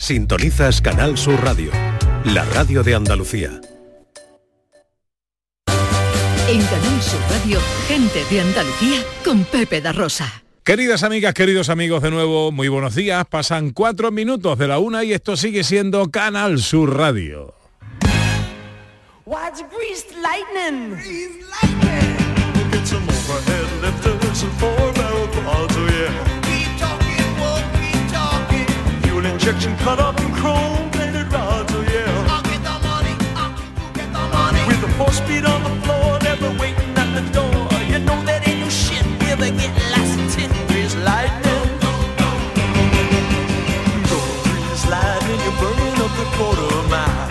Sintonizas Canal Sur Radio, la radio de Andalucía. En Canal Sur Radio, gente de Andalucía con Pepe da Rosa. Queridas amigas, queridos amigos, de nuevo, muy buenos días. Pasan 4 minutos de la 1 y esto sigue siendo Canal Sur Radio. Injection cut up in chrome plated rods, oh yeah. I'll get the money, with the 4-speed on the floor, never waiting at the door. You know that ain't no shit, never get lost in 10 degrees lightning. Go breeze lightning, you're burning up the quarter mile.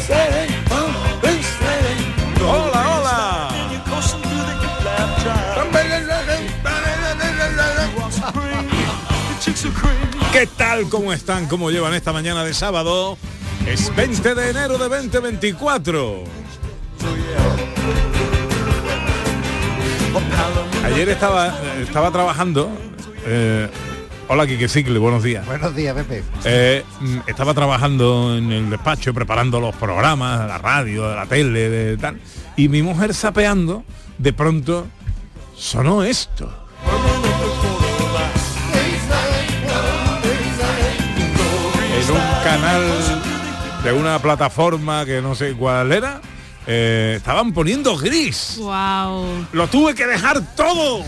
Hola, hola. You're coasting through the hip lap drive. The chicks are crazy. ¿Qué tal? ¿Cómo están? ¿Cómo llevan esta mañana de sábado? Es 20 de enero de 2024. Ayer estaba trabajando. Hola, Quique Cicle, buenos días. Buenos días, Pepe. Estaba trabajando en el despacho, preparando los programas, de la radio, de la tele, de tal. Y mi mujer zapeando, de pronto sonó esto. En un canal de una plataforma que no sé cuál era, estaban poniendo Gris. Wow. Lo tuve que dejar todo.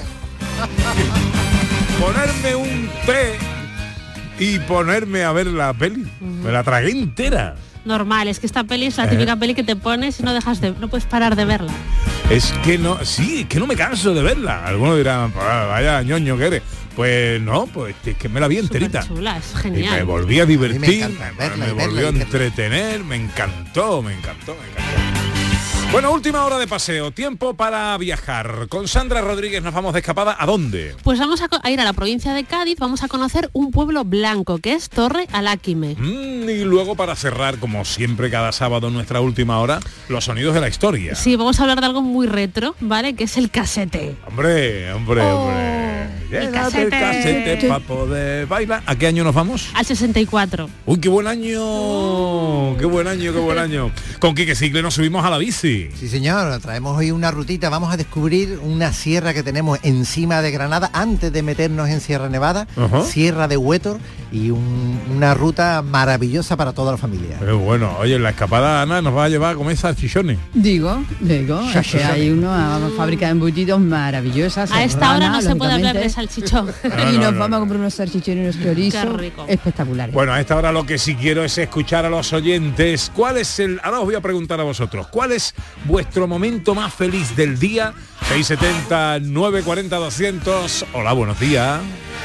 Ponerme un té y ponerme a ver la peli. Me la tragué entera. Normal, es que esta peli es la típica peli que te pones y no puedes parar de verla. Es que no me canso de verla. Algunos dirán, pues, vaya ñoño que eres. Pues no, pues es que me la vi enterita. Chula, es genial. Y me volví a divertir, verla, me volvió a entretener, me encantó. Bueno, última hora de paseo, tiempo para viajar. Con Sandra Rodríguez nos vamos de escapada. ¿A dónde? Pues vamos a ir a la provincia de Cádiz, vamos a conocer un pueblo blanco que es Torre Aláquime. Y luego, para cerrar, como siempre cada sábado en nuestra última hora, los sonidos de la historia. Sí, vamos a hablar de algo muy retro, ¿vale? Que es el casete. Hombre. Llévate el casete para poder bailar. ¿A qué año nos vamos? Al 64. ¡Uy, qué buen año! ¡Qué buen año! Con Quique Cicle nos subimos a la bici. Sí, señor, traemos hoy una rutita. Vamos a descubrir una sierra que tenemos encima de Granada antes de meternos en Sierra Nevada, Sierra de Huétor, y una ruta maravillosa para toda la familia. Bueno, oye, en la escapada, Ana, nos va a llevar a comer salchichones. Digo, es que hay una fábrica de embutidos maravillosas. A esta hora no se puede hablar de salchichón. Y nos vamos a comprar unos salchichones y unos chorizos espectaculares. Bueno, a esta hora lo que sí quiero es escuchar a los oyentes. Ahora os voy a preguntar a vosotros, ¿cuál es vuestro momento más feliz del día? 670 940 200. Hola, buenos días.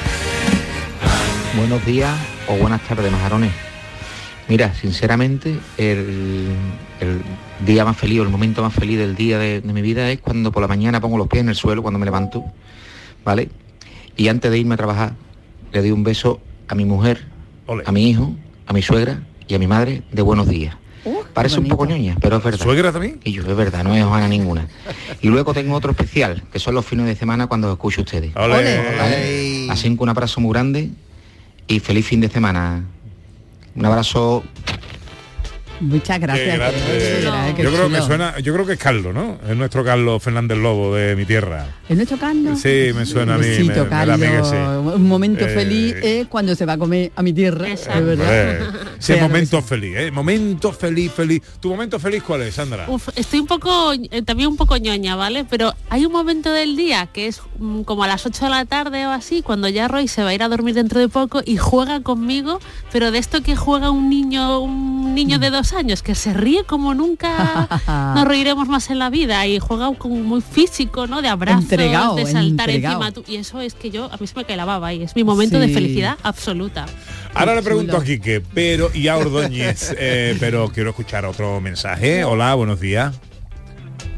Buenos días o buenas tardes, majarones. Mira, sinceramente, el día más feliz, o el momento más feliz del día de mi vida es cuando por la mañana pongo los pies en el suelo, cuando me levanto, ¿vale? Y antes de irme a trabajar, le doy un beso a mi mujer, Ole. A mi hijo, a mi suegra y a mi madre de buenos días. Parece un poco ñoña, pero es verdad. ¿Suegra también? Y yo, es verdad, no es Juana ninguna. Y luego tengo otro especial, que son los fines de semana cuando os escucho ustedes. ¿Vale? Así que un abrazo muy grande y feliz fin de semana. Un abrazo. Muchas gracias. Yo creo que suena, yo creo que es Carlos, ¿no? Es nuestro Carlos Fernández Lobo de mi tierra. ¿Es nuestro Carlos? Sí, me suena a mí. Besito, Carlos. Sí. Un momento feliz es cuando se va a comer a mi tierra. Exacto. Es verdad. Sí, momento feliz, ¿eh? Momento feliz. ¿Tu momento feliz cuál es, Sandra? Estoy también un poco ñoña, ¿vale? Pero hay un momento del día que es como a las 8 de la tarde o así, cuando ya Roy se va a ir a dormir dentro de poco y juega conmigo, pero de esto que juega un niño de 2 años, que se ríe como nunca nos reiremos más en la vida, y juega como muy físico, ¿no? De abrazos, de saltar encima. Y eso es que a mí se me cae la baba y es mi momento de felicidad absoluta. Ahora le pregunto a Quique y a Ordóñez, pero quiero escuchar otro mensaje. Hola, buenos días.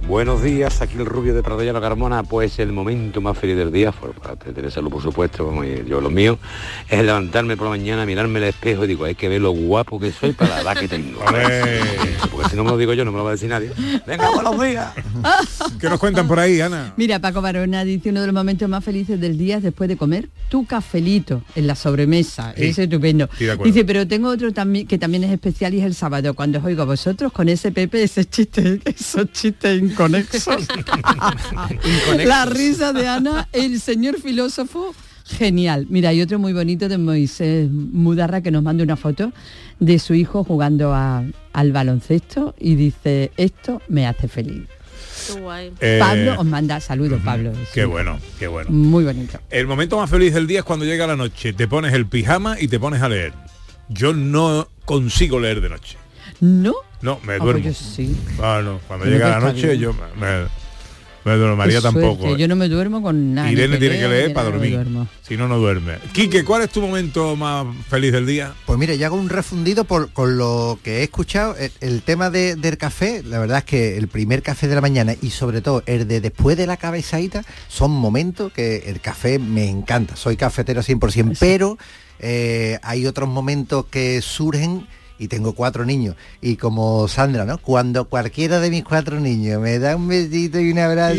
Buenos días, aquí el Rubio de Pradellano Carmona. Pues el momento más feliz del día, para tener salud por supuesto, como yo lo mío, es levantarme por la mañana, mirarme al espejo y digo, hay que ver lo guapo que soy para la edad que tengo. Porque si no me lo digo yo, no me lo va a decir nadie. Venga, buenos días. ¿Qué nos cuentan por ahí, Ana? Mira, Paco Barona dice, uno de los momentos más felices del día es después de comer tu cafelito en la sobremesa. Sí, es estupendo. Dice, pero tengo otro también que también es especial y es el sábado, cuando os oigo a vosotros con ese Pepe, esos chistes inconexos. La risa de Ana, el señor filósofo, genial. Mira, hay otro muy bonito de Moisés Mudarra que nos manda una foto de su hijo jugando al baloncesto y dice, esto me hace feliz. Qué guay. Pablo os manda saludos, Pablo. Qué bueno, qué bueno. Muy bonito. El momento más feliz del día es cuando llega la noche, te pones el pijama y te pones a leer. Yo no consigo leer de noche. ¿No? No, me duermo. Pues yo sí. Bueno, cuando llega la noche yo me duermo. María tampoco. Yo no me duermo con nada. Irene tiene que leer para dormir. Si no, no duerme. Quique, ¿cuál es tu momento más feliz del día? Pues mira, yo hago un refundido con lo que he escuchado. El tema del café, la verdad es que el primer café de la mañana y sobre todo el de después de la cabezadita son momentos que el café me encanta. Soy cafetero 100%, pero hay otros momentos que surgen. Y tengo 4 niños. Y como Sandra, ¿no? Cuando cualquiera de mis 4 niños me da un besito y un abrazo.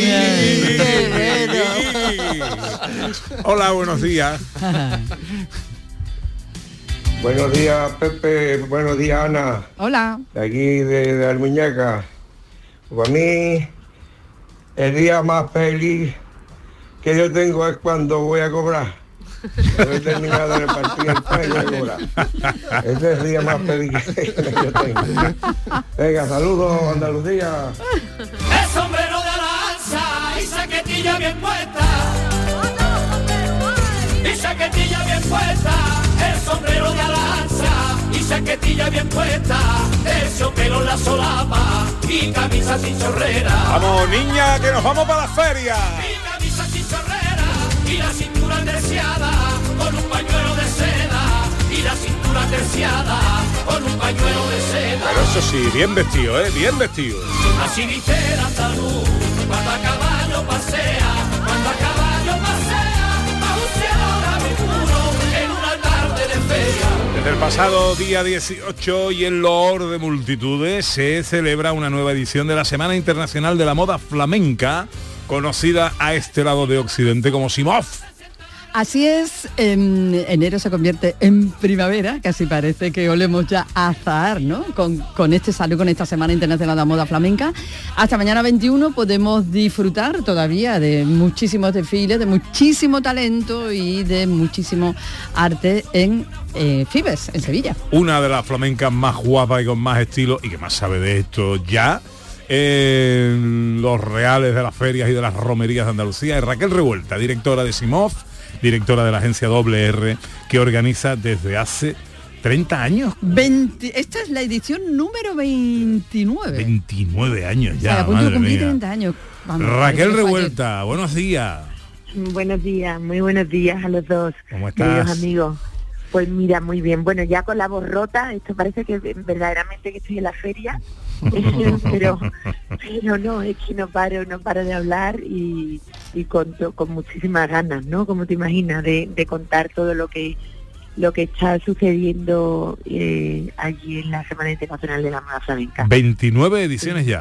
Hola, buenos días. Buenos días, Pepe. Buenos días, Ana. Hola. De aquí, de Almuñeca. Para mí, el día más feliz que yo tengo es cuando voy a cobrar. He terminado de repartir el pan y voy a cobrar. Ese es el día más feliz que yo tengo. Venga, saludos, Andalucía. El sombrero de Alanza y saquetilla bien puesta. Y saquetilla bien puesta. El sombrero de Alanza y saquetilla bien puesta. Terciopelo en la solapa y camisa sin chorrera. Vamos, niña, que nos vamos para la feria. Y camisa sin chorrera. Y la cintura terciada con un pañuelo de seda. Y la cintura terciada con un pañuelo de seda. Pero eso sí, bien vestido, bien vestido. Así dice el andaluz, cuando a caballo pasea, cuando a caballo pasea, a un cielo de puro en una tarde de feria. Desde el pasado día 18 y en loor de multitudes se celebra una nueva edición de la Semana Internacional de la Moda Flamenca, conocida a este lado de Occidente como SIMOF. Así es, enero se convierte en primavera, casi parece que olemos ya a azahar, ¿no? Con este salud, con esta Semana Internacional de la Moda Flamenca. Hasta mañana 21 podemos disfrutar todavía de muchísimos desfiles, de muchísimo talento y de muchísimo arte en Fibes, en Sevilla. Una de las flamencas más guapas y con más estilo y que más sabe de esto ya en los reales de las ferias y de las romerías de Andalucía es Raquel Revuelta, directora de SIMOF, directora de la agencia WR, que organiza desde hace 30 años. Esta es la edición número 29. 29 años ya, o sea, a punto de cumplir 30 años. Vamos, Raquel Revuelta, buenos días. Buenos días, muy buenos días a los dos. ¿Cómo estás? Queridos amigos. Pues mira, muy bien. Bueno, ya con la voz rota, esto parece que verdaderamente que estoy en la feria. pero no, es que no paro de hablar y con muchísimas ganas, ¿no? Como te imaginas, de contar todo lo que está sucediendo allí en la Semana Internacional de la Moda Flamenca. 29 ediciones ya.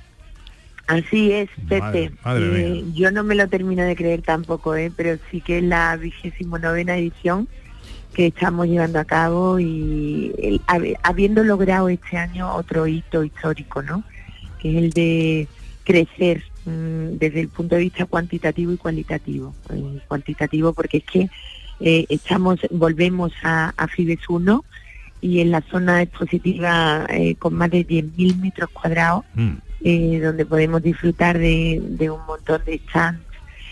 Así es, Pepe. Madre mía. Yo no me lo termino de creer tampoco, pero sí que es la 29ª edición que estamos llevando a cabo y habiendo logrado este año otro hito histórico, ¿no? Que es el de crecer desde el punto de vista cuantitativo y cualitativo. Cuantitativo porque es que volvemos a Fibes 1 y en la zona expositiva con más de 10.000 metros cuadrados, donde podemos disfrutar de un montón de stands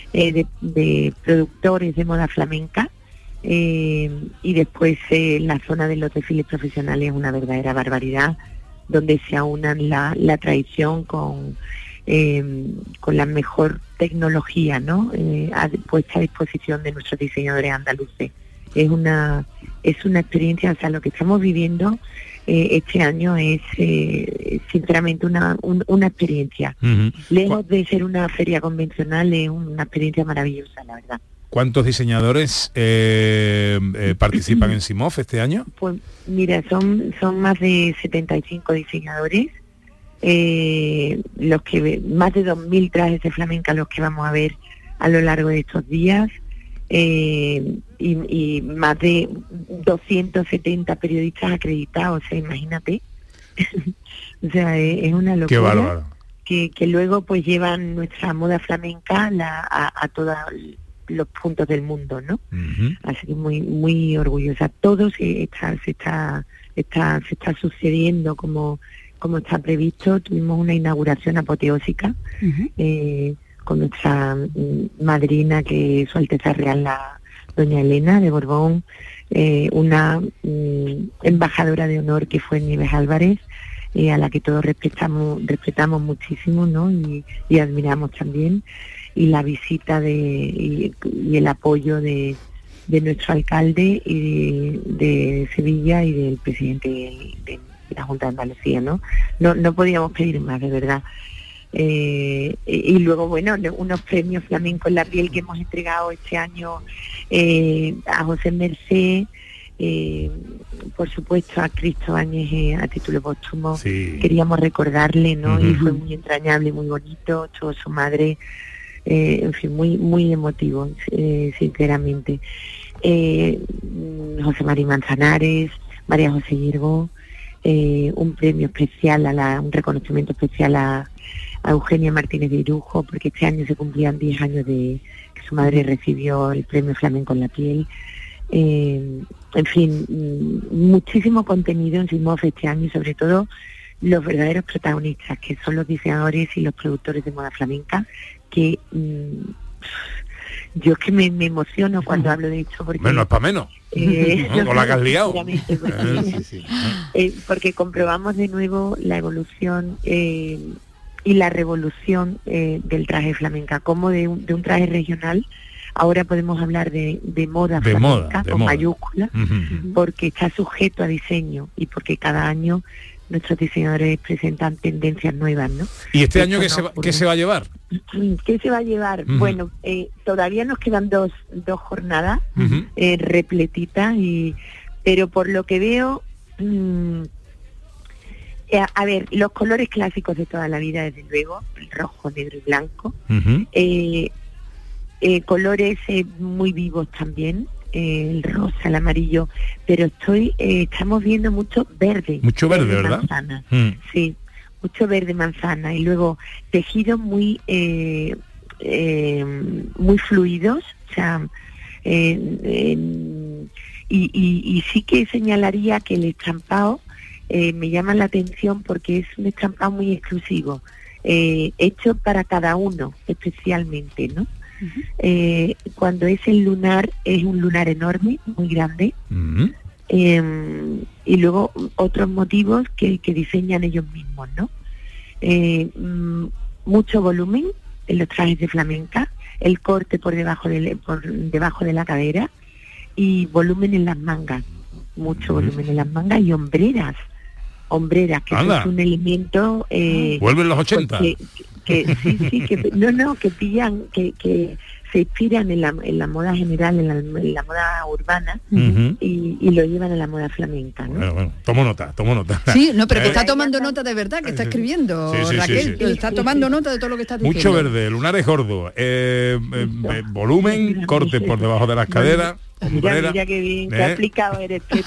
de productores de moda flamenca. Y después la zona de los desfiles profesionales es una verdadera barbaridad, donde se aunan la tradición con la mejor tecnología, ¿no? Puesta a disposición de nuestros diseñadores andaluces. es una experiencia, o sea, lo que estamos viviendo este año es sinceramente una experiencia. Lejos de ser una feria convencional, es una experiencia maravillosa, la verdad. ¿Cuántos diseñadores participan en CIMOF este año? Pues mira, son más de 75 diseñadores, los que más de 2.000 trajes de flamenca los que vamos a ver a lo largo de estos días, y más de 270 periodistas acreditados, o sea, imagínate. O sea, es una locura. Qué bárbaro. Que luego pues llevan nuestra moda flamenca a todos los puntos del mundo, ¿no? Así que muy muy orgullosa. Todo se está sucediendo como está previsto. Tuvimos una inauguración apoteósica con nuestra madrina, que es Su Alteza Real la doña Elena de Borbón, una embajadora de honor que fue Nieves Álvarez, a la que todos respetamos muchísimo, ¿no? Y admiramos también, y la visita y el apoyo de nuestro alcalde y de Sevilla y del presidente de la Junta de Andalucía, ¿no? No podíamos pedir más, de verdad. Y luego, bueno, unos premios flamencos en la piel que hemos entregado este año a José Mercé, por supuesto a Cristo Áñez a título póstumo. Sí. Queríamos recordarle, ¿no? Y fue muy entrañable, muy bonito, todo su madre, en fin, muy muy emotivo, sinceramente. José María Manzanares, María José Hierbo, un premio especial, un reconocimiento especial a Eugenia Martínez de Irujo, porque este año se cumplían 10 años de que su madre recibió el premio Flamenco en la piel. En fin, muchísimo contenido en CIMOF este año, y sobre todo los verdaderos protagonistas, que son los diseñadores y los productores de moda flamenca, que yo es que me emociono cuando hablo de esto, porque no es para menos. Con la que has liado. Porque comprobamos de nuevo la evolución y la revolución del traje flamenca, como de un traje regional ahora podemos hablar de moda flamenca con mayúsculas, porque está sujeto a diseño y porque cada año nuestros diseñadores presentan tendencias nuevas, ¿no? ¿Y este año qué se va a llevar? ¿Qué se va a llevar? Bueno, todavía nos quedan dos jornadas repletitas, pero por lo que veo, a ver, los colores clásicos de toda la vida, desde luego, el rojo, negro y blanco, colores muy vivos también, el rosa, el amarillo, pero estamos viendo mucho verde. Mucho verde, ¿verdad? Manzana. Sí, mucho verde manzana, y luego tejidos muy fluidos, o sea, y sí que señalaría que el estampado me llama la atención porque es un estampado muy exclusivo, hecho para cada uno especialmente, ¿no? Cuando es el lunar, es un lunar enorme, muy grande, y luego otros motivos que diseñan ellos mismos, ¿no? Mucho volumen en los trajes de flamenca, el corte por debajo de la cadera, y volumen en las mangas, mucho volumen en las mangas, y hombreras, que es un elemento... ¿Vuelven los 80? Que pillan, que se inspiran en la moda general, en la moda urbana, y lo llevan a la moda flamenca, ¿no? Bueno, tomo nota. Sí, no, pero que está tomando nota de verdad, que está escribiendo, Raquel, está tomando nota de todo lo que está diciendo. Mucho verde, lunares gordos, volumen, corte por debajo de las caderas. Mira que bien, que aplicado eres, Pepe.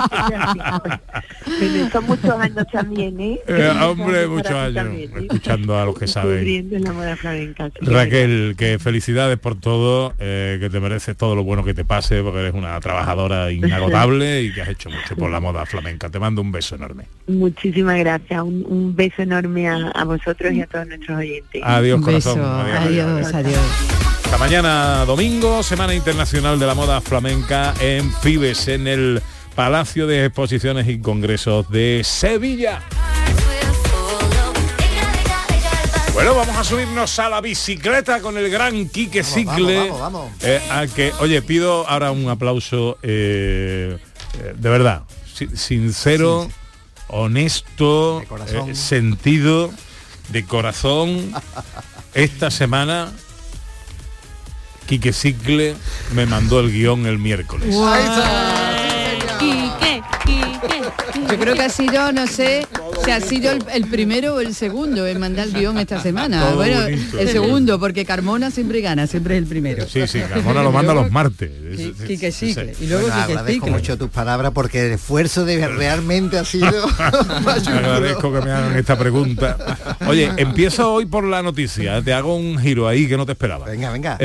Son muchos años también, hombre, muchos años también, escuchando a los que saben. La moda flamenca, Raquel, que felicidades por todo, que te mereces todo lo bueno que te pase, porque eres una trabajadora inagotable y que has hecho mucho por la moda flamenca. Te mando un beso enorme. Muchísimas gracias, un beso enorme a vosotros y a todos nuestros oyentes. Adiós, corazón. Adiós. Hasta mañana domingo, Semana Internacional de la Moda Flamenca en Fibes, en el Palacio de Exposiciones y Congresos de Sevilla. Bueno, vamos a subirnos a la bicicleta con el gran Quique Cicle. Vamos. A que, oye, pido ahora un aplauso de verdad, sincero, honesto, de corazón. sentido, de corazón. Esta semana Quique Cicle me mandó el guión el miércoles. Wow. Quique. Yo creo que ha sido, no sé, si ha sido el primero o el segundo en mandar el guión esta semana. Todo Bueno, bonito. el segundo, porque Carmona siempre gana, siempre es el primero. Sí, Carmona lo manda los martes. Quique Cicle. Sí. Y luego Bueno, Quique agradezco Cicle. mucho tus palabras porque el esfuerzo realmente ha sido Agradezco que me hagan esta pregunta. Oye, empiezo hoy por la noticia. Te hago un giro ahí que no te esperaba. Venga.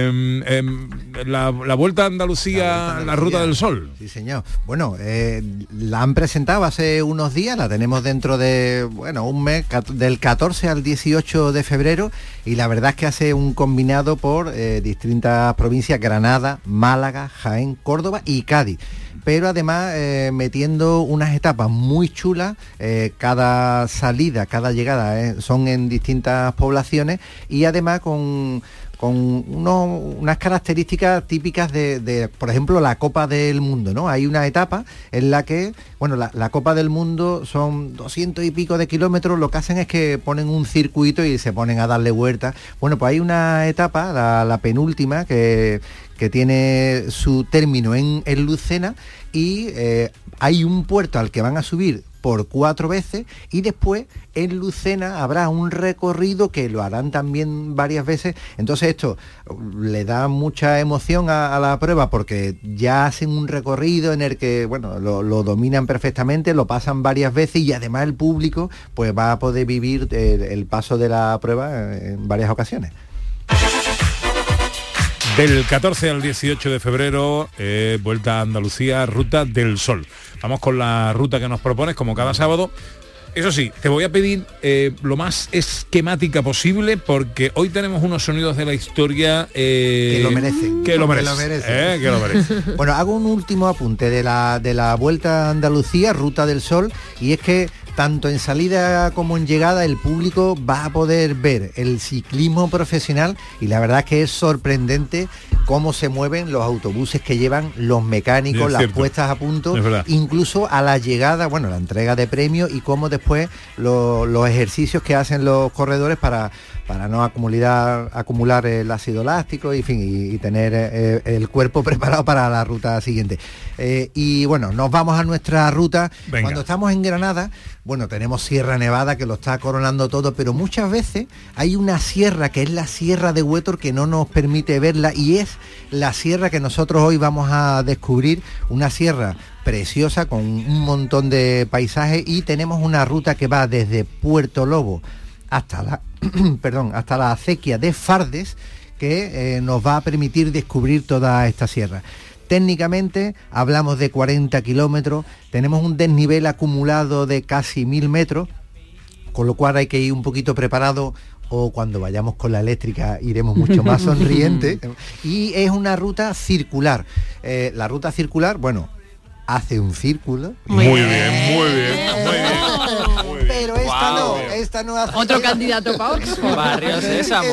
La Vuelta a Andalucía, la Ruta del Sol. Sí, señor. Bueno, la han presentado hace unos días, la tenemos dentro de, un mes, del 14 al 18 de febrero, y la verdad es que hace un combinado por distintas provincias: Granada, Málaga, Jaén, Córdoba y Cádiz. Pero además metiendo unas etapas muy chulas, cada salida, cada llegada son en distintas poblaciones, y además con unas características típicas de, por ejemplo, la Copa del Mundo, ¿no? Hay una etapa en la que, la Copa del Mundo son 200 y pico de kilómetros, lo que hacen es que ponen un circuito y se ponen a darle vueltas. Bueno, pues hay una etapa, la penúltima, que tiene su término en Lucena, y hay un puerto al que van a subir por 4 veces, y después en Lucena habrá un recorrido que lo harán también varias veces. Entonces esto le da mucha emoción a la prueba, porque ya hacen un recorrido en el que lo dominan perfectamente, lo pasan varias veces, y además el público pues va a poder vivir el paso de la prueba en varias ocasiones. Del 14 al 18 de febrero, Vuelta a Andalucía, Ruta del Sol. Vamos con la ruta que nos propones, como cada sábado. Eso sí, te voy a pedir lo más esquemática posible, porque hoy tenemos unos sonidos de la historia que lo merecen. Que lo merecen. Bueno, hago un último apunte de la Vuelta a Andalucía, Ruta del Sol, y es que tanto en salida como en llegada el público va a poder ver el ciclismo profesional, y la verdad es que es sorprendente cómo se mueven los autobuses que llevan los mecánicos, las puestas a punto, incluso a la llegada, la entrega de premios, y cómo después los ejercicios que hacen los corredores para no acumular el ácido láctico, y tener el cuerpo preparado para la ruta siguiente. Y nos vamos a nuestra ruta. Venga. Cuando estamos en Granada, tenemos Sierra Nevada, que lo está coronando todo, pero muchas veces hay una sierra, que es la Sierra de Huétor, que no nos permite verla, y es la sierra que nosotros hoy vamos a descubrir, una sierra preciosa con un montón de paisajes, y tenemos una ruta que va desde Puerto Lobo hasta la acequia de Fardes, que nos va a permitir descubrir toda esta sierra. Técnicamente hablamos de 40 kilómetros, tenemos un desnivel acumulado de casi 1000 metros, con lo cual hay que ir un poquito preparado, o cuando vayamos con la eléctrica iremos mucho más sonrientes. Y es una ruta circular. La ruta circular, hace un círculo. Muy bien. Pero esta no hace... Otro candidato para Oxford. Barrio Sésamo.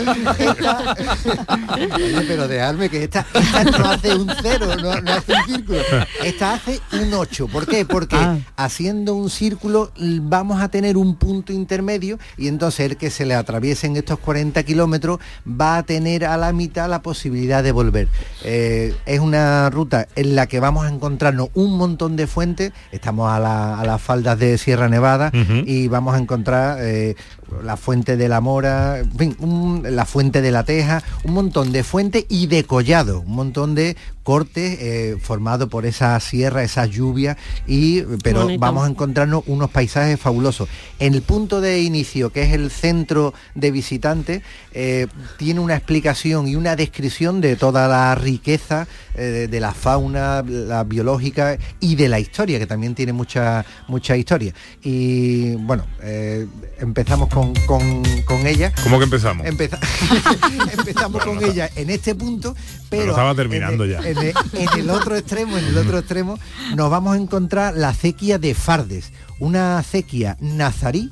Oye, pero dejadme que esta no hace un 0, no hace un círculo. Esta hace un 8. ¿Por qué? Porque haciendo un círculo vamos a tener un punto intermedio, y entonces el que se le atraviesen estos 40 kilómetros va a tener a la mitad la posibilidad de volver. Es una ruta en la que vamos a encontrarnos un montón de fuentes. Estamos a las faldas de Sierra Nevada, y vamos a encontrar la fuente de la Mora, en fin, la fuente de la Teja, un montón de fuentes y de collado, un montón de cortes formados por esa sierra, esa lluvia, pero bonito. Vamos a encontrarnos unos paisajes fabulosos. En el punto de inicio, que es el centro de visitantes, tiene una explicación y una descripción de toda la riqueza de la fauna, la biológica, y de la historia, que también tiene mucha historia. Y empezamos con ella. ¿Cómo que empezamos? Empezamos con ella en este punto, pero estaba terminando ya. En el otro extremo nos vamos a encontrar la acequia de Fardes, una acequia nazarí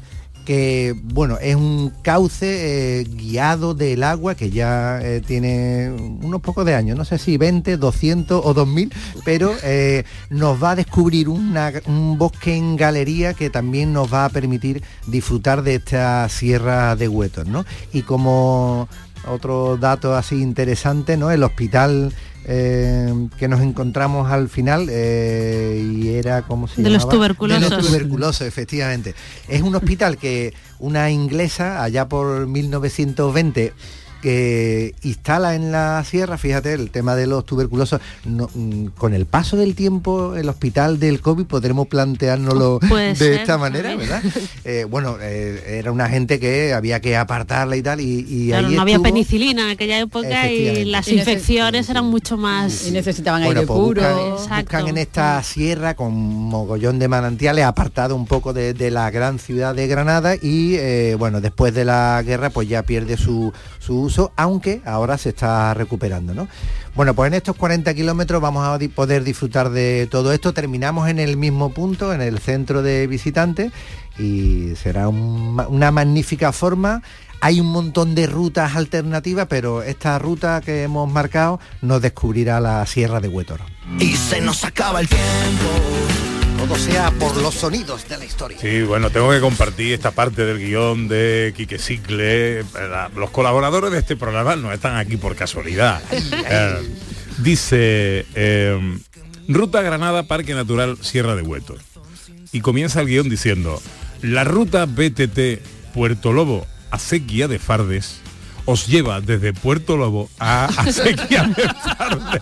que bueno, es un cauce guiado del agua que ya tiene unos pocos de años, no sé si 20, 200 o 2000, pero nos va a descubrir un bosque en galería que también nos va a permitir disfrutar de esta Sierra de Huétor, ¿no? Y como otro dato así interesante, ¿no? El hospital que nos encontramos al final y era, ¿cómo se llamaba? De los tuberculosos. De los tuberculosos, efectivamente. Es un hospital que una inglesa, allá por 1920, que instala en la sierra, fíjate, el tema de los tuberculosos. Con el paso del tiempo, el hospital del COVID podremos planteárnoslo de esta manera, ¿verdad? Era una gente que había que apartarla y tal, y claro, ahí no había penicilina en aquella época y las infecciones eran mucho más... Y necesitaban aire puro. Buscan en esta sierra con mogollón de manantiales, apartado un poco de la gran ciudad de Granada, y después de la guerra pues ya pierde su uso, aunque ahora se está recuperando, ¿no? Bueno, pues en estos 40 kilómetros vamos a poder disfrutar de todo esto. Terminamos en el mismo punto, en el centro de visitantes, y será una magnífica forma. Hay un montón de rutas alternativas, pero esta ruta que hemos marcado nos descubrirá la Sierra de Huétor. Y se nos acaba el tiempo. Todo sea por los sonidos de la historia. Sí, bueno, tengo que compartir esta parte del guión de Quique Cicle. Los colaboradores de este programa no están aquí por casualidad. Dice, Ruta Granada, Parque Natural Sierra de Huétor. Y comienza el guión diciendo, la ruta BTT Puerto Lobo, Acequia de Fardes, os lleva desde Puerto Lobo a Acequia de Fardes.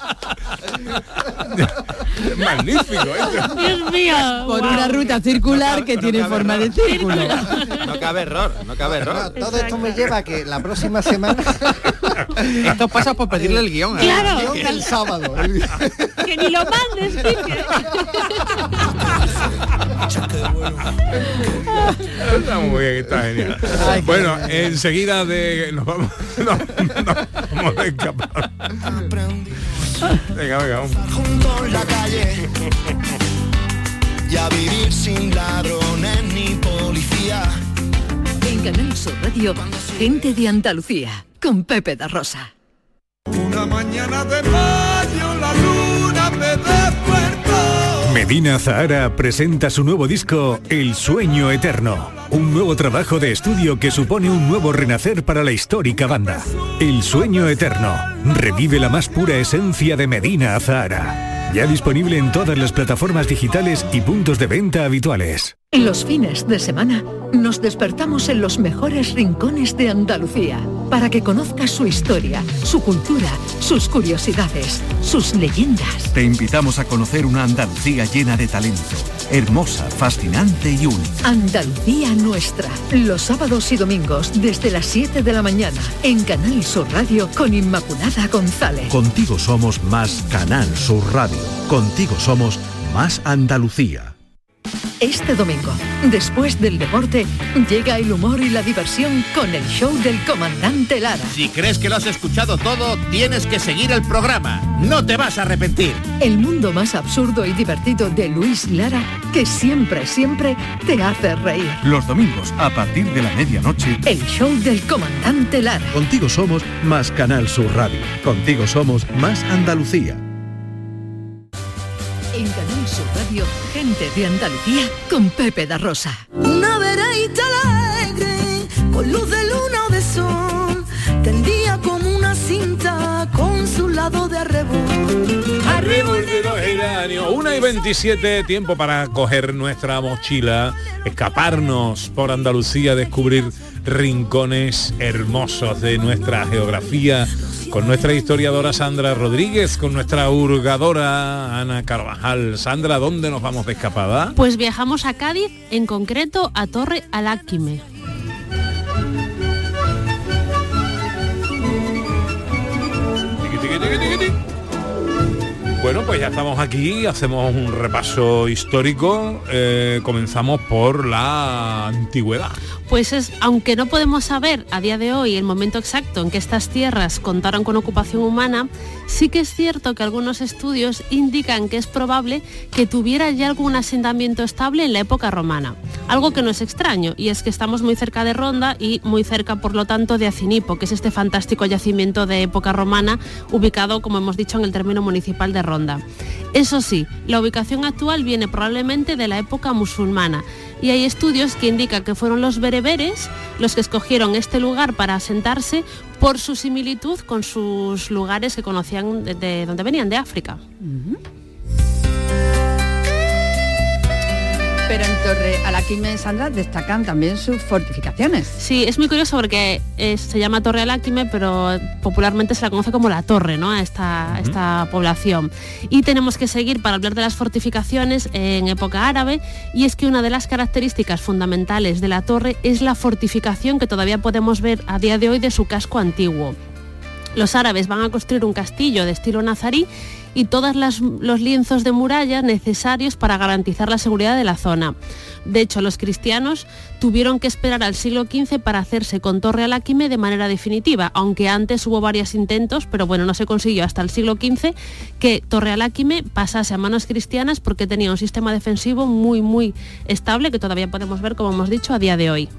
Magnífico, ¿eh? Dios mío. Por una ruta circular que tiene forma de círculo. No cabe error. Todo esto me lleva a que la próxima semana... Esto pasa por pedirle el guión. Claro. El sábado. Que ni lo mandes, Quique. Está muy bien, está genial. Bueno, enseguida nos vamos a escapar. Venga, vamos. Junto en la calle y a vivir sin ladrones ni policía. En Canal Sur Radio, Gente de Andalucía, con Pepe da Rosa. Una mañana de mayo la luna me despertó. Medina Zahara presenta su nuevo disco El Sueño Eterno, un nuevo trabajo de estudio que supone un nuevo renacer para la histórica banda. El Sueño Eterno revive la más pura esencia de Medina Zahara, ya disponible en todas las plataformas digitales y puntos de venta habituales. Los fines de semana nos despertamos en los mejores rincones de Andalucía para que conozcas su historia, su cultura, sus curiosidades, sus leyendas. Te invitamos a conocer una Andalucía llena de talento, hermosa, fascinante y única. Andalucía nuestra, los sábados y domingos desde las 7 de la mañana en Canal Sur Radio con Inmaculada González. Contigo somos más Canal Sur Radio. Contigo somos más Andalucía. Este domingo, después del deporte, llega el humor y la diversión con el show del comandante Lara. Si crees que lo has escuchado todo, tienes que seguir el programa. No te vas a arrepentir. El mundo más absurdo y divertido de Luis Lara, que siempre te hace reír. Los domingos, a partir de la medianoche, el show del comandante Lara. Contigo somos más Canal Sur Radio. Contigo somos más Andalucía. En Canal Sur Radio, Gente de Andalucía con Pepe da Rosa. Una veredita alegre, con luz de luna o de sol, tendía como una cinta con su lado de arrebol. Arrebol de los geranios. 1:27, tiempo para coger nuestra mochila, escaparnos por Andalucía, descubrir rincones hermosos de nuestra geografía, con nuestra historiadora Sandra Rodríguez, con nuestra hurgadora Ana Carvajal. Sandra, ¿dónde nos vamos de escapada? Pues viajamos a Cádiz, en concreto a Torre Aláquime. Bueno, pues ya estamos aquí, hacemos un repaso histórico, comenzamos por la antigüedad. Pues aunque no podemos saber a día de hoy el momento exacto en que estas tierras contaron con ocupación humana, sí que es cierto que algunos estudios indican que es probable que tuviera ya algún asentamiento estable en la época romana. Algo que no es extraño, y es que estamos muy cerca de Ronda y muy cerca, por lo tanto, de Acinipo, que es este fantástico yacimiento de época romana, ubicado, como hemos dicho, en el término municipal de Ronda. Eso sí, la ubicación actual viene probablemente de la época musulmana, y hay estudios que indican que fueron los bereberes los que escogieron este lugar para asentarse por su similitud con sus lugares que conocían de donde venían, de África. Pero en Torre Aláquime, Sandra, destacan también sus fortificaciones. Sí, es muy curioso porque se llama Torre Aláquime, pero popularmente se la conoce como la Torre, ¿no? A esta población. Y tenemos que seguir para hablar de las fortificaciones en época árabe, y es que una de las características fundamentales de la torre es la fortificación que todavía podemos ver a día de hoy de su casco antiguo. Los árabes van a construir un castillo de estilo nazarí y todos los lienzos de muralla necesarios para garantizar la seguridad de la zona. De hecho, los cristianos tuvieron que esperar al siglo XV para hacerse con Torre Aláquime de manera definitiva, aunque antes hubo varios intentos, pero bueno, no se consiguió hasta el siglo XV que Torre Aláquime pasase a manos cristianas, porque tenía un sistema defensivo muy, muy estable que todavía podemos ver, como hemos dicho, a día de hoy.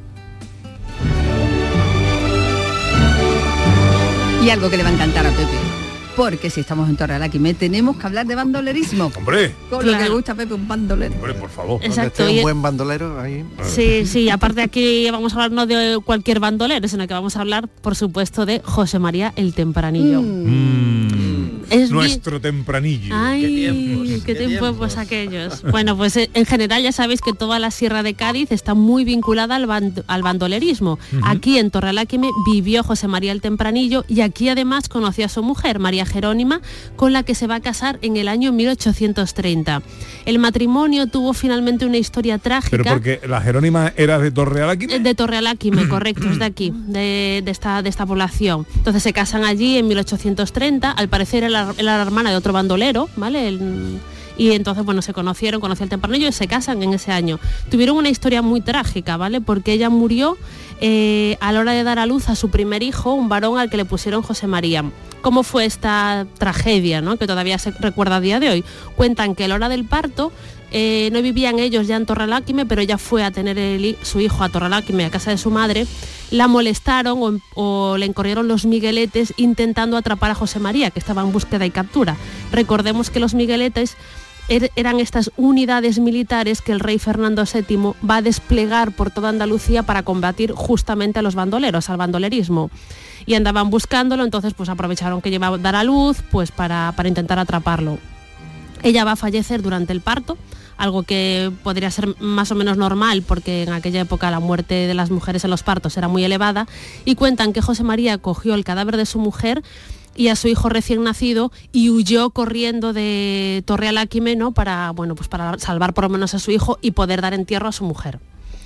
Y algo que le va a encantar a Pepe, porque si estamos en Torre Aláquime tenemos que hablar de bandolerismo. ¡Hombre! Con lo que gusta a Pepe, un bandolero. ¡Hombre, por favor! Exacto. Un buen bandolero ahí. Sí, aparte aquí vamos a hablar no de cualquier bandolero, sino que vamos a hablar, por supuesto, de José María el Tempranillo. Es nuestro Tempranillo. Ay, qué tiempos aquellos. Bueno, pues en general ya sabéis que toda la Sierra de Cádiz está muy vinculada al bandolerismo. Aquí en Torre Aláquime vivió José María el Tempranillo, y aquí además conoció a su mujer, María Jerónima, con la que se va a casar en el año 1830. El matrimonio tuvo finalmente una historia trágica. ¿Pero porque la Jerónima era de Torre Aláquime? De Torre Aláquime, correcto, es de aquí, de esta población. Entonces se casan allí en 1830, al parecer era la hermana de otro bandolero, ¿vale? Y entonces, bueno, conoció el Tempranillo y se casan en ese año. Tuvieron una historia muy trágica, ¿vale? Porque ella murió a la hora de dar a luz a su primer hijo, un varón al que le pusieron José María. ¿Cómo fue esta tragedia, ¿no? Que todavía se recuerda a día de hoy? Cuentan que a la hora del parto no vivían ellos ya en Torre Aláquime, pero ella fue a tener su hijo a Torre Aláquime, a casa de su madre. La molestaron o le encorrieron los migueletes intentando atrapar a José María, que estaba en búsqueda y captura. Recordemos que los migueletes eran estas unidades militares que el rey Fernando VII va a desplegar por toda Andalucía para combatir justamente a los bandoleros, al bandolerismo. Y andaban buscándolo, entonces pues aprovecharon que llevaba a dar a luz pues para intentar atraparlo. Ella va a fallecer durante el parto, algo que podría ser más o menos normal, porque en aquella época la muerte de las mujeres en los partos era muy elevada, y cuentan que José María cogió el cadáver de su mujer y a su hijo recién nacido y huyó corriendo de Torre Aláquime, ¿no? para salvar por lo menos a su hijo y poder dar entierro a su mujer.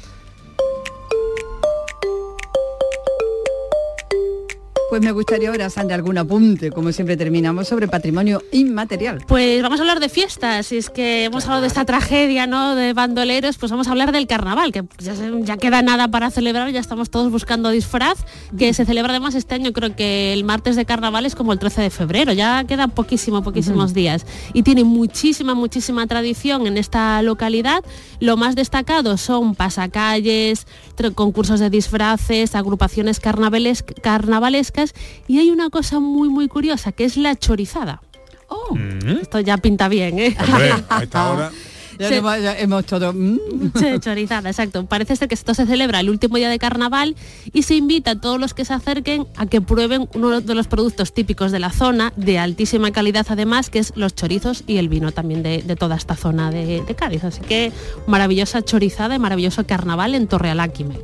Pues me gustaría ahora, Sandra, algún apunte, como siempre terminamos, sobre patrimonio inmaterial. Pues vamos a hablar de fiestas, y es que hemos hablado de esta tragedia, ¿no?, de bandoleros, pues vamos a hablar del carnaval, que ya queda nada para celebrar, ya estamos todos buscando disfraz, que se celebra además este año, creo que el martes de carnaval es como el 13 de febrero, ya quedan poquísimos días, y tiene muchísima tradición en esta localidad. Lo más destacado son pasacalles, concursos de disfraces, agrupaciones carnavalescas, y hay una cosa muy curiosa, que es la chorizada. Esto ya pinta bien, ¿eh? Hombre, a esta hora... Ya hemos todo... Chorizada, exacto. Parece ser que esto se celebra el último día de carnaval y se invita a todos los que se acerquen a que prueben uno de los productos típicos de la zona, de altísima calidad además, que es los chorizos y el vino también de toda esta zona de Cádiz. Así que maravillosa chorizada y maravilloso carnaval en Torre Aláquime.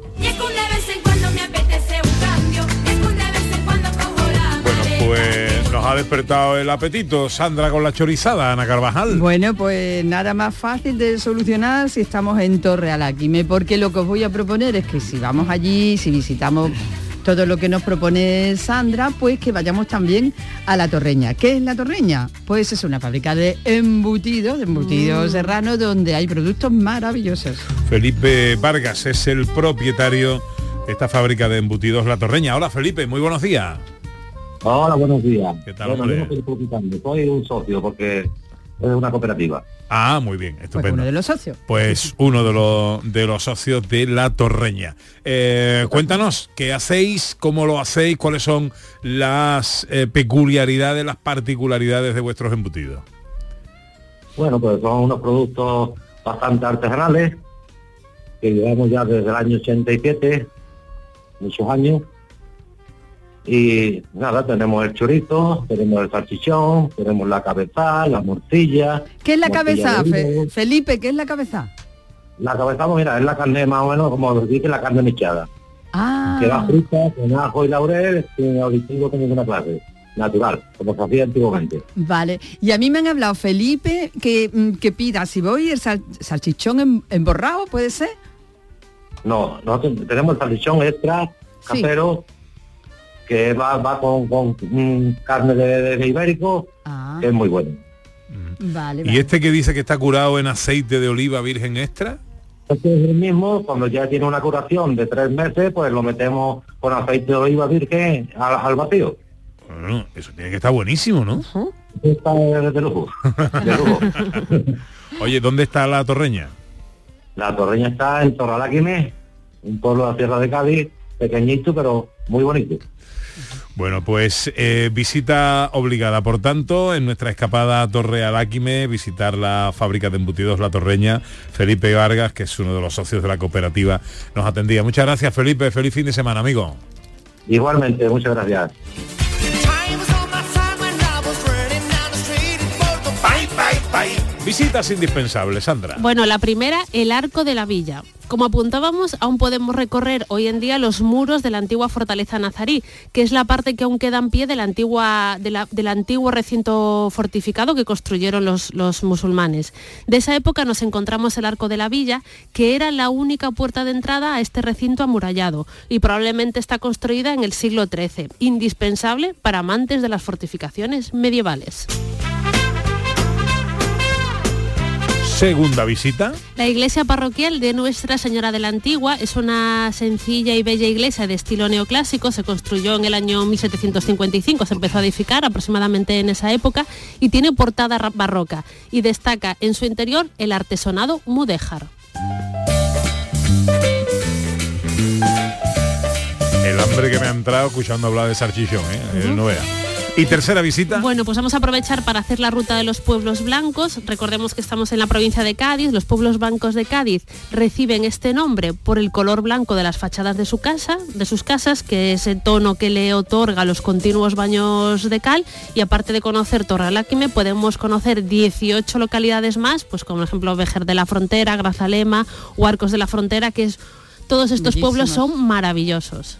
Pues nos ha despertado el apetito, Sandra, con la chorizada, Ana Carvajal. Bueno, pues nada más fácil de solucionar si estamos en Torre Aláquime, porque lo que os voy a proponer es que si vamos allí, si visitamos todo lo que nos propone Sandra, pues que vayamos también a La Torreña. ¿Qué es La Torreña? Pues es una fábrica de embutidos serranos, donde hay productos maravillosos. Felipe Vargas es el propietario de esta fábrica de embutidos La Torreña. Hola Felipe, muy buenos días. Hola, buenos días. ¿Qué tal, bueno, hombre? yo no soy propietario, soy un socio porque es una cooperativa. Ah, muy bien, estupendo. Pues uno de los socios. Pues uno de los socios de La Torreña. Cuéntanos, ¿qué hacéis? ¿Cómo lo hacéis? ¿Cuáles son las peculiaridades, las particularidades de vuestros embutidos? Bueno, pues son unos productos bastante artesanales que llevamos ya desde el año 87, muchos años. Y nada, tenemos el chorizo, tenemos el salchichón, tenemos la cabeza, la morcilla. ¿Qué es la cabeza, de olivo. Felipe? ¿Qué es la cabeza? La cabeza, pues mira, es la carne más o menos como dice la carne mechada. Ah. Que va frita con ajo y laurel, sin aditivo con ninguna clase. Natural, como se hacía antiguamente. Vale. Y a mí me han hablado, Felipe, que pida, si voy, el salchichón emborrado, ¿puede ser? No, nosotros tenemos el salchichón extra, casero, que va con carne de ibérico, que es muy bueno. Vale, ¿Y este que dice que está curado en aceite de oliva virgen extra? Este es el mismo, cuando ya tiene una curación de 3 meses, pues lo metemos con aceite de oliva virgen al vacío. Bueno, eso tiene que estar buenísimo, ¿no? Está de lujo. De lujo. Oye, ¿dónde está La Torreña? La Torreña está en Torrealba, un pueblo de la Sierra de Cádiz, pequeñito pero muy bonito. Bueno, pues visita obligada, por tanto, en nuestra escapada a Torrealba, visitar la fábrica de embutidos La Torreña. Felipe Vargas, que es uno de los socios de la cooperativa, nos atendía. Muchas gracias, Felipe. Feliz fin de semana, amigo. Igualmente, muchas gracias. Visitas indispensables, Sandra. Bueno, la primera, el Arco de la Villa. Como apuntábamos, aún podemos recorrer hoy en día los muros de la antigua fortaleza nazarí, que es la parte que aún queda en pie del antiguo recinto fortificado que construyeron los musulmanes. De esa época nos encontramos el Arco de la Villa, que era la única puerta de entrada a este recinto amurallado y probablemente está construida en el siglo XIII, indispensable para amantes de las fortificaciones medievales. Segunda visita. La iglesia parroquial de Nuestra Señora de la Antigua es una sencilla y bella iglesia de estilo neoclásico. Se construyó en el año 1755, se empezó a edificar aproximadamente en esa época y tiene portada barroca y destaca en su interior el artesonado mudéjar. El hambre que me ha entrado escuchando hablar de salchichón, no vea. ¿Y tercera visita? Bueno, pues vamos a aprovechar para hacer la ruta de los pueblos blancos. Recordemos que estamos en la provincia de Cádiz. Los pueblos blancos de Cádiz reciben este nombre por el color blanco de las fachadas de sus casas, que es el tono que le otorga los continuos baños de cal. Y aparte de conocer Torrealba, podemos conocer 18 localidades más, pues como por ejemplo Vejer de la Frontera, Grazalema o Arcos de la Frontera, que es todos estos pueblos son maravillosos.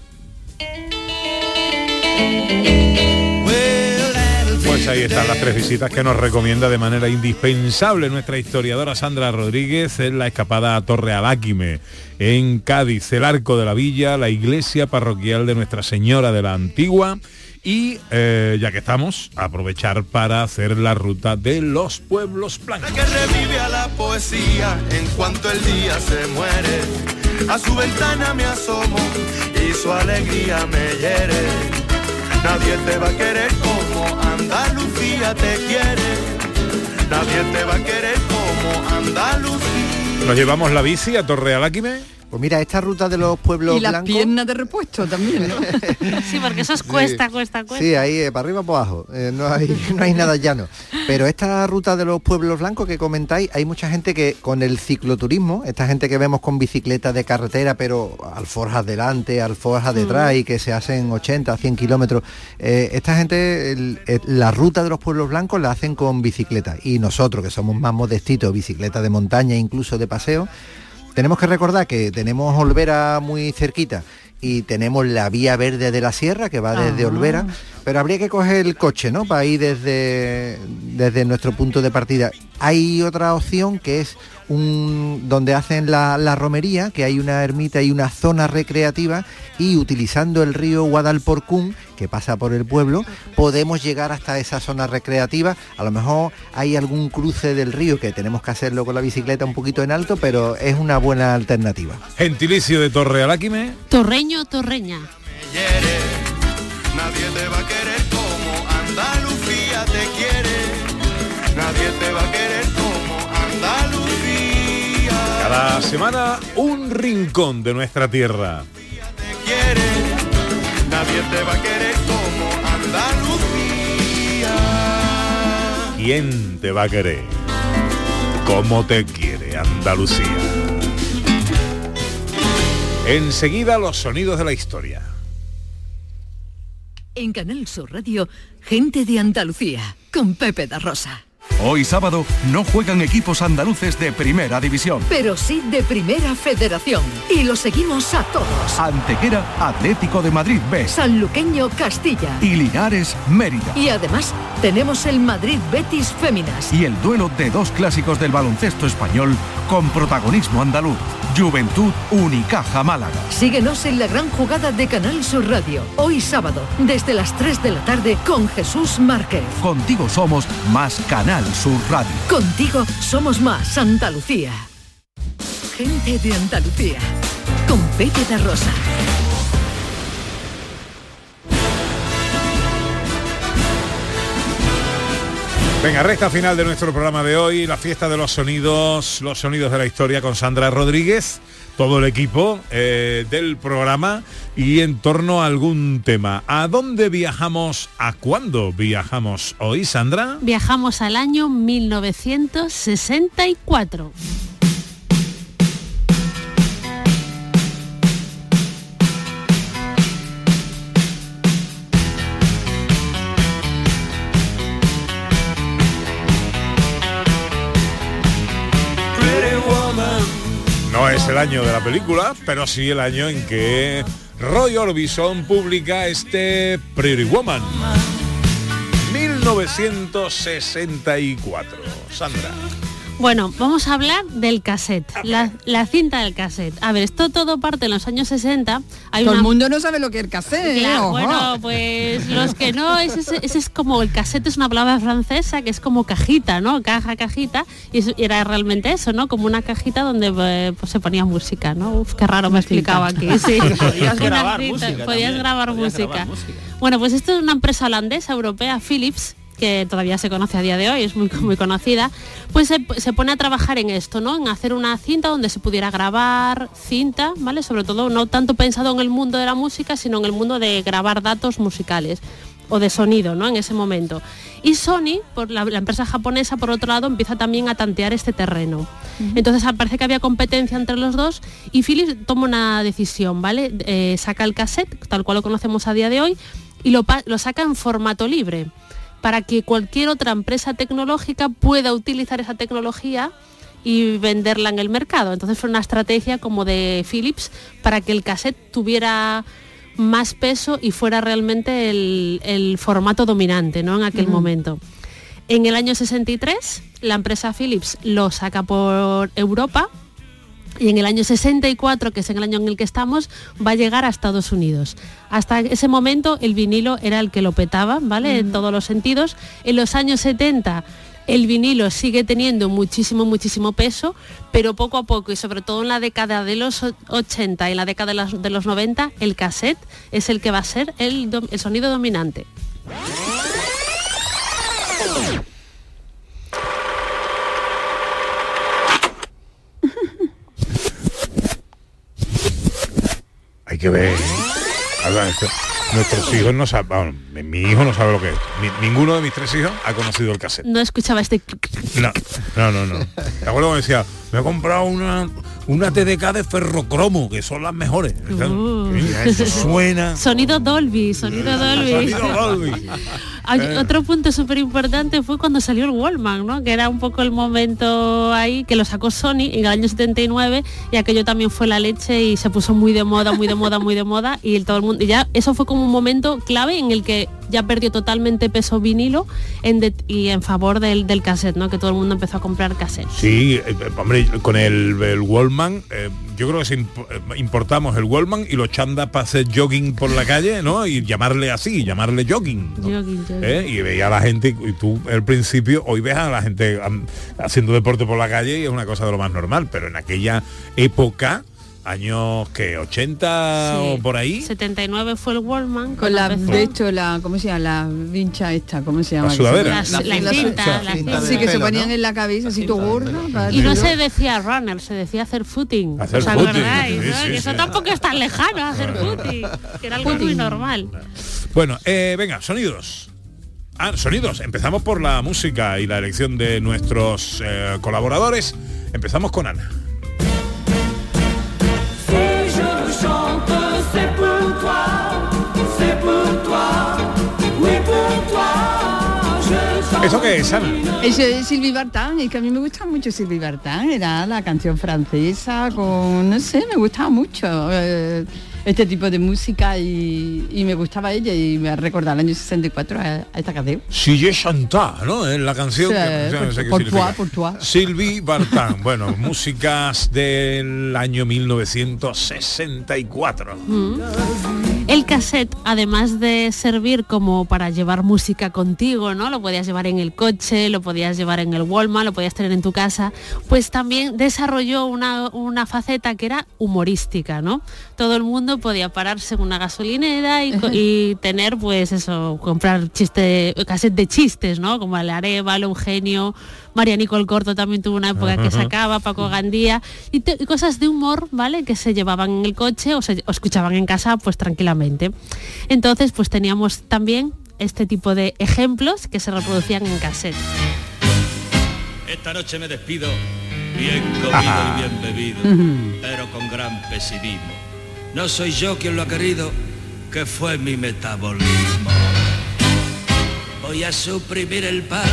Pues ahí están las 3 visitas que nos recomienda de manera indispensable nuestra historiadora Sandra Rodríguez en la escapada a Torrealba, en Cádiz, el Arco de la Villa, la iglesia parroquial de Nuestra Señora de la Antigua y, ya que estamos, aprovechar para hacer la ruta de los pueblos blancos. Que revive a la poesía en cuanto el día se muere. A su ventana me asomo y su alegría me hiere. Nadie te va a querer como Andalucía te quiere. Nadie te va a querer como Andalucía. ¿Nos llevamos la bici a Torrealba? Pues mira, esta ruta de los pueblos y las blancos... piernas de repuesto también, ¿no? Sí, porque eso es cuesta. Sí, ahí para arriba para abajo, no hay nada llano. Pero esta ruta de los pueblos blancos que comentáis, hay mucha gente que con el cicloturismo, esta gente que vemos con bicicletas de carretera, pero alforjas delante, alforjas detrás y que se hacen 80, 100 kilómetros, esta gente, la ruta de los pueblos blancos la hacen con bicicleta. Y nosotros, que somos más modestitos, bicicleta de montaña, incluso de paseo, tenemos que recordar que tenemos Olvera muy cerquita y tenemos la vía verde de la sierra que va desde Olvera, pero habría que coger el coche, ¿no? Para ir desde nuestro punto de partida. Hay otra opción que es donde hacen la romería, que hay una ermita y una zona recreativa, y utilizando el río Guadalporcún, que pasa por el pueblo, podemos llegar hasta esa zona recreativa. A lo mejor hay algún cruce del río que tenemos que hacerlo con la bicicleta un poquito en alto, pero es una buena alternativa. Gentilicio de Torrealáquime. Torreño, torreña. Nadie te va a querer como Andalucía te quiere. Nadie te va a querer como Andalucía. Cada semana un rincón de nuestra tierra. Te quiere. Nadie te va a querer como Andalucía. ¿Quién te va a querer? ¿Cómo te quiere Andalucía? Enseguida los sonidos de la historia. En Canal Sur Radio, Gente de Andalucía, con Pepe da Rosa. Hoy sábado no juegan equipos andaluces de primera división. Pero sí de primera federación. Y lo seguimos a todos. Antequera, Atlético de Madrid B. Sanluqueño, Castilla. Y Linares, Mérida. Y además tenemos el Madrid Betis Féminas. Y el duelo de dos clásicos del baloncesto español con protagonismo andaluz. Juventud Unicaja Málaga. Síguenos en la gran jugada de Canal Sur Radio. Hoy sábado, desde las 3 de la tarde, con Jesús Márquez. Contigo somos más Canal Sur Radio. Contigo somos más Andalucía. Gente de Andalucía, con Pepe da Rosa. Venga, recta final de nuestro programa de hoy, la fiesta de los sonidos de la historia con Sandra Rodríguez, todo el equipo del programa y en torno a algún tema. ¿A dónde viajamos? ¿A cuándo viajamos hoy, Sandra? Viajamos al año 1964. No es el año de la película, pero sí el año en que Roy Orbison publica este Pretty Woman. 1964. Sandra. Bueno, vamos a hablar del cassette, la cinta del cassette. A ver, esto todo parte en los años 60. Todo el mundo no sabe lo que es el cassette. Claro, bueno, pues los que no, ese es como, el cassette es una palabra francesa que es como cajita, ¿no? Cajita, y era realmente eso, ¿no? Como una cajita donde pues, se ponía música, ¿no? Uf, qué raro me he explicado aquí. Sí. Podías grabar música. Podías grabar música. Bueno, pues esto es una empresa holandesa, europea, Philips, que todavía se conoce a día de hoy, es muy conocida, pues se pone a trabajar en esto, ¿no? En hacer una cinta donde se pudiera grabar cinta, ¿vale? Sobre todo no tanto pensado en el mundo de la música, sino en el mundo de grabar datos musicales o de sonido, ¿no? En ese momento. Y Sony, por la empresa japonesa, por otro lado, empieza también a tantear este terreno. Entonces parece que había competencia entre los dos y Philips toma una decisión, ¿vale? Saca el cassette, tal cual lo conocemos a día de hoy, y lo saca en formato libre, para que cualquier otra empresa tecnológica pueda utilizar esa tecnología y venderla en el mercado. Entonces fue una estrategia como de Philips para que el cassette tuviera más peso y fuera realmente el formato dominante, ¿no? En aquel momento. En el año 63, la empresa Philips lo saca por Europa, y en el año 64, que es en el año en el que estamos, va a llegar a Estados Unidos. Hasta ese momento el vinilo era el que lo petaba, ¿vale? En todos los sentidos. En los años 70 el vinilo sigue teniendo muchísimo peso, pero poco a poco, y sobre todo en la década de los 80 y en la década de los 90, el cassette es el que va a ser el sonido dominante. Hay que ver. Nuestros hijos no saben, bueno, mi hijo no sabe lo que es. Ninguno de mis 3 hijos ha conocido el cassette. No escuchaba este... No. ¿Te acuerdas cuando decía, me he comprado una TDK de ferrocromo, que son las mejores? Eso suena... Sonido Dolby. Otro punto súper importante fue cuando salió el Walkman, ¿no? Que era un poco el momento ahí, que lo sacó Sony en el año 79, y aquello también fue la leche y se puso muy de moda, y todo el mundo, y ya eso fue como un momento clave en el que ya perdió totalmente peso vinilo y en favor del cassette, ¿no? Que todo el mundo empezó a comprar cassette. Sí, hombre, con el Walkman, yo creo que importamos el Walkman y los chandas para hacer jogging por la calle, ¿no? Y llamarle jogging, ¿no? Jogging. Y veía a la gente, y tú al principio, hoy ves a la gente haciendo deporte por la calle y es una cosa de lo más normal, pero en aquella época, años que 80 o por ahí, 79 fue el Walkman con de hecho ¿cómo se llama? La vincha esta, ¿cómo se llama? La sudadera, la cinta, sí, que se ponían, ¿no?, en la cabeza así todo gorda, y no se decía runner, se decía hacer footing. ¿Os acordáis? Eso tampoco es tan lejano, hacer footing, que era algo muy normal. Bueno, venga, sonidos. Empezamos por la música y la elección de nuestros colaboradores. Empezamos con Ana. ¿Eso qué es, Ana? Eso es Sylvie Vartan, es que a mí me gusta mucho Sylvie Vartan, era la canción francesa con, no sé, me gustaba mucho este tipo de música y me gustaba ella y me ha recordado el año 64 a esta canción. Si je chanta, ¿no? En la canción. Sí, por toi. Sylvie Vartan, bueno, músicas del año 1964. El cassette, además de servir como para llevar música contigo, ¿no? Lo podías llevar en el coche, lo podías llevar en el Walkman, lo podías tener en tu casa, pues también desarrolló una faceta que era humorística, ¿no? Todo el mundo podía pararse en una gasolinera y tener, pues eso, comprar cassette de chistes, ¿no? Como el Arévalo, Eugenio, María Nicole Corto también tuvo una época que sacaba, Paco Gandía, y cosas de humor, ¿vale? Que se llevaban en el coche o escuchaban en casa, pues tranquilamente. Entonces, pues teníamos también este tipo de ejemplos que se reproducían en cassette. Esta noche me despido bien comido y bien bebido, pero con gran pesimismo. No soy yo quien lo ha querido, que fue mi metabolismo. Voy a suprimir el pan,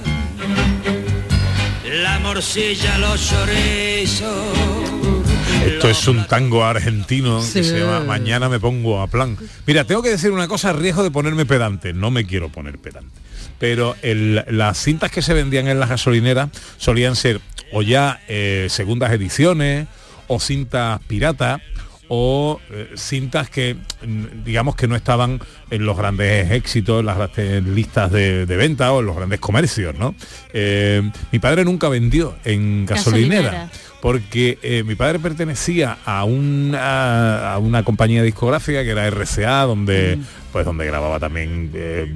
la morcilla, los chorizos. Esto es un tango argentino que se llama Mañana me pongo a plan. Mira, tengo que decir una cosa a riesgo de ponerme pedante. No me quiero poner pedante. Pero las cintas que se vendían en las gasolineras solían ser o ya segundas ediciones o cintas piratas o cintas que digamos que no estaban en los grandes éxitos, en las listas de venta o en los grandes comercios, ¿no? Mi padre nunca vendió en gasolinera. Porque mi padre pertenecía a una compañía discográfica que era RCA, donde grababa también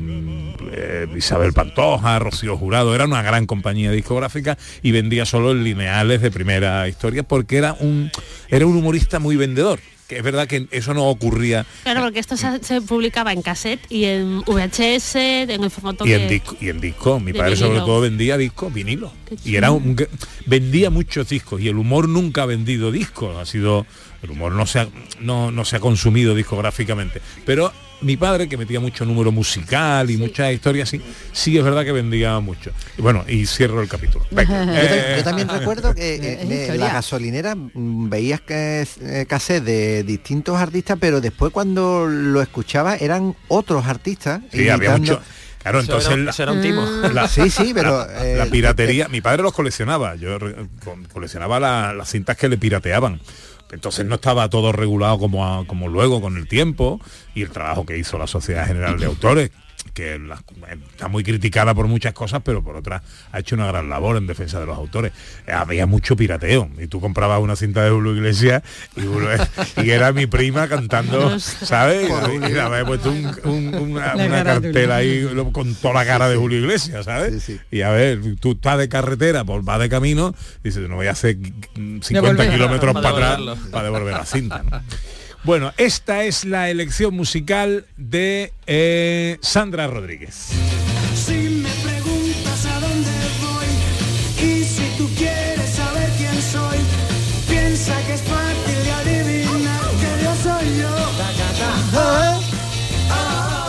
Isabel Pantoja, Rocío Jurado. Era una gran compañía discográfica y vendía solo en lineales de primera historia porque era un humorista muy vendedor. Que es verdad que eso no ocurría. Claro, porque esto se publicaba en cassette y en VHS, en el formato y en disco. Mi padre sobre todo vendía discos, vinilo. Y vendía muchos discos y el humor nunca ha vendido discos. El humor no se ha consumido discográficamente. Pero mi padre, que metía mucho número musical y muchas historias así, sí es verdad que vendía mucho. Y bueno, y cierro el capítulo. Yo también recuerdo que en la gasolinera veías cassette de distintos artistas, pero después cuando lo escuchaba eran otros artistas. Sí, había mucho. Claro, entonces eso era un timo. Sí, pero la piratería, mi padre los coleccionaba. Yo coleccionaba las cintas que le pirateaban. Entonces no estaba todo regulado como luego con el tiempo y el trabajo que hizo la Sociedad General de Autores, que está muy criticada por muchas cosas, pero por otras ha hecho una gran labor en defensa de los autores. Había mucho pirateo y tú comprabas una cinta de Julio Iglesias y era mi prima cantando, ¿sabes? Y le había puesto una cartela ahí con toda la cara de Julio Iglesias, ¿sabes? Sí. Y a ver, tú estás de carretera, pues vas de camino, dices, no voy a hacer 50 kilómetros para atrás para devolver la cinta, ¿no? Bueno, esta es la elección musical de Sandra Rodríguez. Si me preguntas a dónde voy y si tú quieres saber quién soy, piensa que es fácil de adivinar que yo soy yo. Esto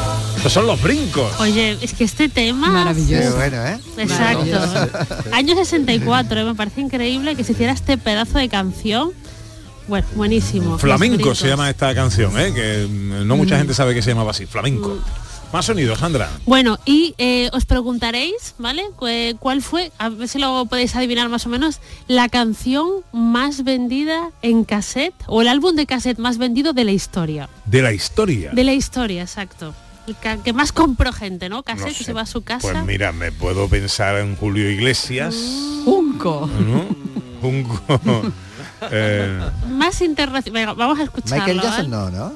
Estos son los brincos. Oye, es que este tema... Maravilloso. Qué bueno, ¿eh? Exacto. Año 64, me parece increíble que se hiciera este pedazo de canción. Bueno, buenísimo. Flamenco se llama esta canción, que no mucha gente sabe que se llamaba así, flamenco. Más sonidos, Sandra. Bueno, y os preguntaréis, ¿vale? ¿Cuál fue, a ver si lo podéis adivinar más o menos, la canción más vendida en cassette o el álbum de cassette más vendido de la historia? De la historia. De la historia, exacto. El que más compró gente, ¿no? Cassette, No sé. que se va a su casa. Pues mira, me puedo pensar en Julio Iglesias. Junco. ¿No? Junco. Más internacional. Venga, vamos a escucharlo. Michael Jackson ¿vale? no.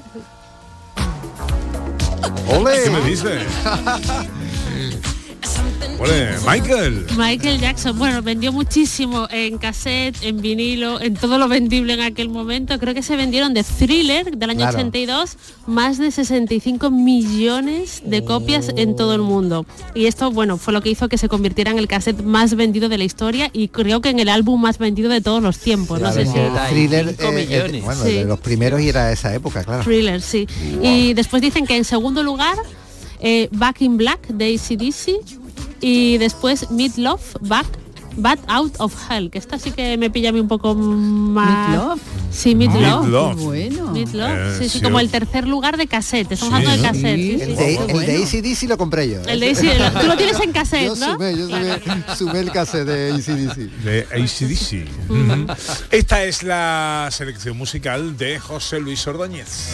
¡Ole! ¿Qué me dices? ¡Ole! Michael Jackson, bueno, vendió muchísimo en cassette, en vinilo, en todo lo vendible en aquel momento. Creo que se vendieron de Thriller del año Claro. 82 más de 65 millones de copias en todo el mundo. Y esto, bueno, fue lo que hizo que se convirtiera en el cassette más vendido de la historia y creo que en el álbum más vendido de todos los tiempos. No sé si... Thriller, 5 millones. bueno, Sí. de los primeros y era esa época, claro. Thriller, sí. Y después dicen que en segundo lugar, Back in Black de AC/DC y después Meatloaf, Bad Out of Hell, que esta sí que me pilla a mí un poco más... ¿Meatloaf? Sí, Meatloaf. Meatloaf. Qué bueno. Meatloaf, sí, sí, como el tercer lugar de cassette. Estamos hablando de cassette. Sí, El sí. de AC/DC lo compré yo. El de tú lo tienes en cassette, Yo ¿no? sumé el cassette de AC/DC. De AC/DC. Esta es la selección musical de José Luis Ordóñez.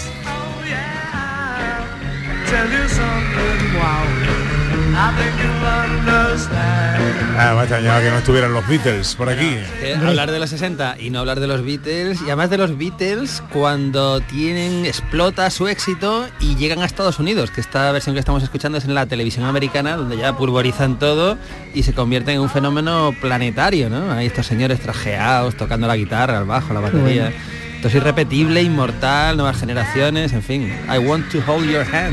Me extrañaba que no estuvieran los Beatles por aquí. Hablar de los 60 y no hablar de los Beatles, y además de los Beatles cuando explota su éxito y llegan a Estados Unidos, que esta versión que estamos escuchando es en la televisión americana, donde ya pulverizan todo y se convierten en un fenómeno planetario, ¿no? Hay estos señores trajeados tocando la guitarra, el bajo, la batería. Bueno. Esto es irrepetible, inmortal, nuevas generaciones, en fin. I want to hold your hand.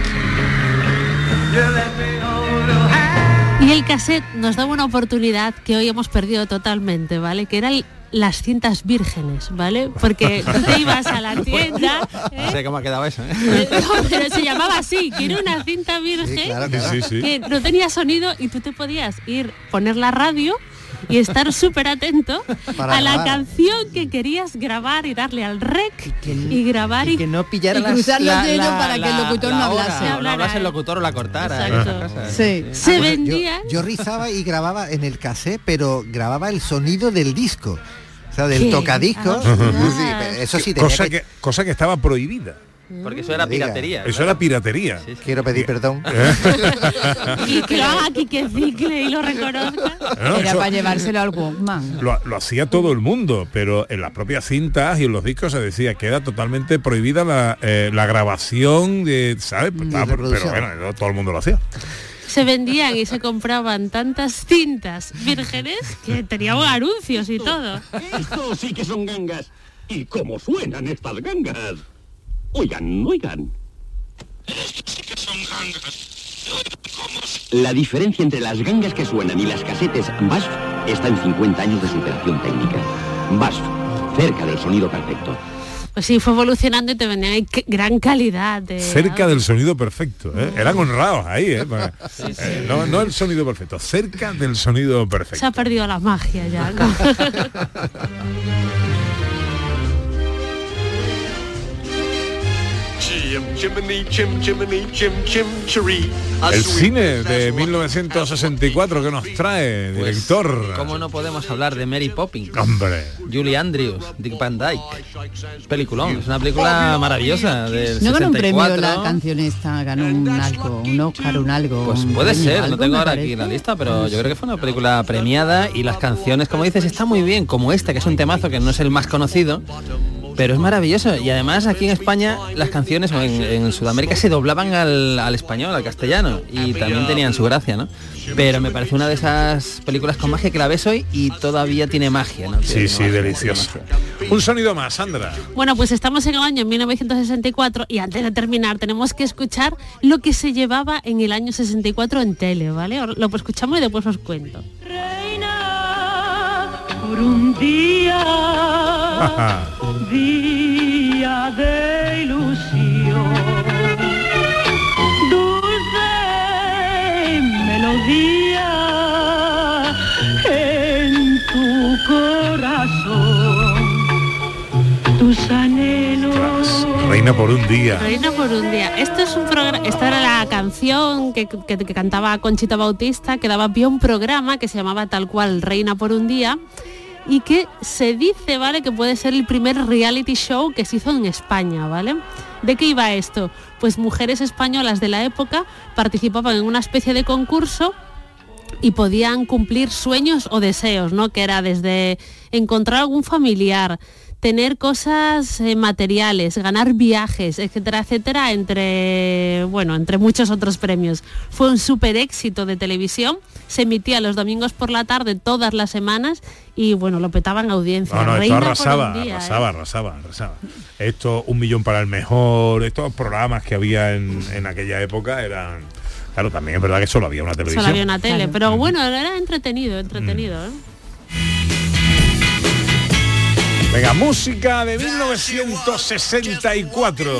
Y el cassette nos daba una oportunidad que hoy hemos perdido totalmente, ¿vale? Que eran las cintas vírgenes, ¿vale? Porque tú te ibas a la tienda... No sé cómo ha quedado eso, ¿eh? No, pero se llamaba así, que era una cinta virgen Sí, claro, claro. Sí, sí. que no tenía sonido y tú te podías poner la radio y estar súper atento Para a la grabar. canción que querías grabar y darle al rec y grabar y que no pillara Y cruzar los dedos para que el locutor no hora, hablase. o no hablase el locutor o la cortara. Exacto. esas cosas. Sí. se Yo- vendían. Yo rizaba y grababa en el cassette, pero grababa el sonido del disco. O sea, del ¿Qué? tocadiscos. Ah, Sí, pero eso sí tenía Cosa que estaba prohibida. Porque eso era Diga. piratería. Eso era piratería. Quiero pedir perdón. Y que lo haga Quique Cicle y lo reconozca. No, Era eso para llevárselo al Walkman. lo hacía todo el mundo, pero en las propias cintas y en los discos se decía que era totalmente prohibida la grabación de, ¿sabes? Pues, pero reproducción. bueno, todo el mundo lo hacía. Se vendían y se compraban tantas cintas vírgenes que teníamos anuncios y todo. Estos sí que son gangas. ¿Y cómo suenan estas gangas? Oigan, oigan. La diferencia entre las gangas que suenan y las casetes BASF está en 50 años de superación técnica. BASF, cerca del sonido perfecto. Pues sí, fue evolucionando y te vendían en gran calidad. Cerca del sonido perfecto, ¿eh? Eran honrados ahí, ¿eh? No el sonido perfecto, cerca del sonido perfecto. Se ha perdido la magia ya. El cine de 1964 que nos trae, Pues, director. ¿cómo no podemos hablar de Mary Poppins? Hombre. Julie Andrews, Dick Van Dyke. Peliculón, es una película maravillosa del ¿No ganó un 64. premio la canción esta? ¿Ganó un algo? ¿Un Oscar, un algo? Pues un puede premio, ser, no algo, tengo me ahora parece? aquí la lista, pero yo creo que fue una película premiada y las canciones, como dices, están muy bien, como esta, que es un temazo que no es el más conocido, pero es maravilloso. Y además aquí en España las canciones, o en Sudamérica, se doblaban al español, al castellano, y también tenían su gracia, ¿no? Pero me parece una de esas películas con magia que la ves hoy y todavía tiene magia, ¿no? Sí, sí, delicioso. Un sonido más, Sandra. Bueno, pues estamos en el año 1964 y antes de terminar tenemos que escuchar lo que se llevaba en el año 64 en tele, ¿vale? Lo escuchamos y después os cuento. Por un día, día de ilusión, dulce día en tu corazón tus anhelos. Reina por un día. Reina por un día. Esto es un programa. Esta era la canción que cantaba Conchita Bautista, que daba pie a un programa que se llamaba tal cual Reina por un día, y que se dice, ¿vale?, que puede ser el primer reality show que se hizo en España, ¿vale? ¿De qué iba esto? Pues mujeres españolas de la época participaban en una especie de concurso y podían cumplir sueños o deseos, ¿no? Que era desde encontrar algún familiar, tener cosas materiales, ganar viajes, etcétera, etcétera, entre muchos otros premios. Fue un súper éxito de televisión, se emitía los domingos por la tarde todas las semanas y bueno, lo petaban audiencia. No, Reina esto arrasaba, por un día, arrasaba. Esto, 1 millón para el mejor, estos programas que había en aquella época eran... Claro, también es verdad que solo había una televisión. Solo había una tele, pero bueno, era entretenido, ¿eh? Venga, música de 1964.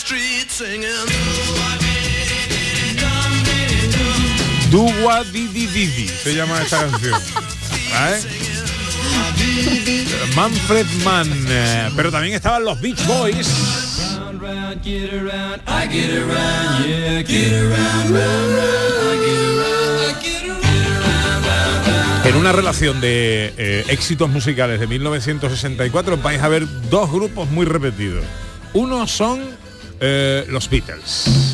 Dua Didi Didi se llama esta canción. ¿Vale? Manfred Mann, pero también estaban los Beach Boys. En una relación de éxitos musicales de 1964 vais a ver dos grupos muy repetidos. Uno son los Beatles.